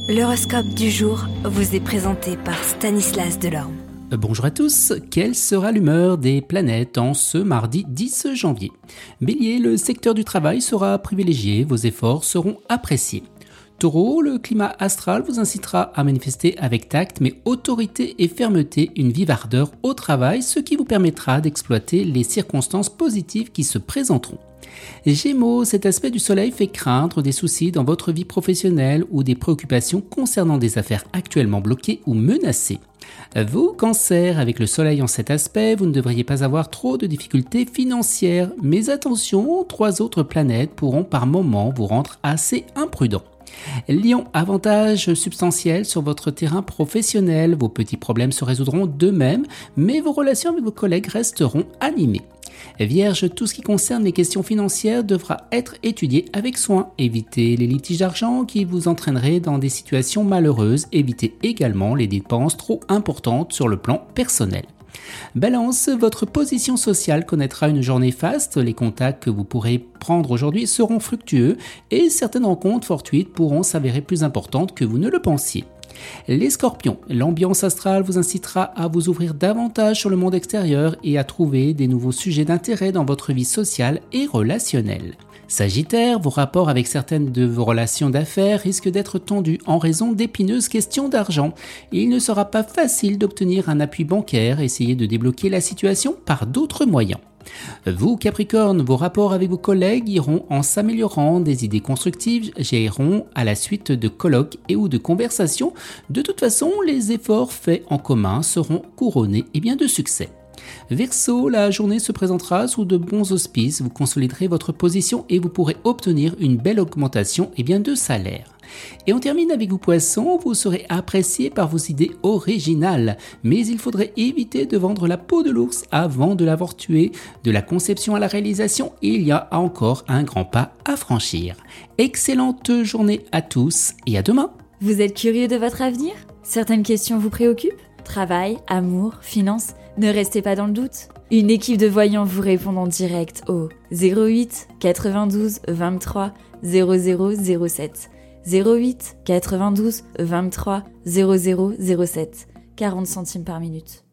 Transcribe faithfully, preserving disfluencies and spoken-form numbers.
L'horoscope du jour vous est présenté par Stanislas Delorme. Bonjour à tous, quelle sera l'humeur des planètes en ce mardi dix janvier? Bélier, le secteur du travail sera privilégié, vos efforts seront appréciés. Taureau, le climat astral vous incitera à manifester avec tact mais autorité et fermeté une vive ardeur au travail, ce qui vous permettra d'exploiter les circonstances positives qui se présenteront. Gémeaux, cet aspect du soleil fait craindre des soucis dans votre vie professionnelle ou des préoccupations concernant des affaires actuellement bloquées ou menacées. Vous, Cancer, avec le soleil en cet aspect, vous ne devriez pas avoir trop de difficultés financières, mais attention, trois autres planètes pourront par moments vous rendre assez imprudent. Lion, avantage substantiel sur votre terrain professionnel, vos petits problèmes se résoudront d'eux-mêmes, mais vos relations avec vos collègues resteront animées. Vierge, tout ce qui concerne les questions financières devra être étudié avec soin. Évitez les litiges d'argent qui vous entraîneraient dans des situations malheureuses. Évitez également les dépenses trop importantes sur le plan personnel. Balance, votre position sociale connaîtra une journée faste, les contacts que vous pourrez prendre aujourd'hui seront fructueux et certaines rencontres fortuites pourront s'avérer plus importantes que vous ne le pensiez. Les Scorpions, l'ambiance astrale vous incitera à vous ouvrir davantage sur le monde extérieur et à trouver des nouveaux sujets d'intérêt dans votre vie sociale et relationnelle. Sagittaire, vos rapports avec certaines de vos relations d'affaires risquent d'être tendus en raison d'épineuses questions d'argent. Il ne sera pas facile d'obtenir un appui bancaire, essayez de débloquer la situation par d'autres moyens. Vous, Capricorne, vos rapports avec vos collègues iront en s'améliorant, des idées constructives jailleront à la suite de colloques et ou de conversations. De toute façon, les efforts faits en commun seront couronnés et bien de succès. Verseau, la journée se présentera sous de bons auspices, vous consoliderez votre position et vous pourrez obtenir une belle augmentation et bien de salaire. Et on termine avec vous Poissons, vous serez apprécié par vos idées originales, mais il faudrait éviter de vendre la peau de l'ours avant de l'avoir tué. De la conception à la réalisation, il y a encore un grand pas à franchir. Excellente journée à tous et à demain. Vous êtes curieux de votre avenir? Certaines questions vous préoccupent? Travail, amour, finances? Ne restez pas dans le doute. Une équipe de voyants vous répond en direct au zéro huit quatre-vingt-douze vingt-trois zéro zéro zéro sept. zéro huit quatre-vingt-douze vingt-trois zéro zéro zéro sept. quarante centimes par minute.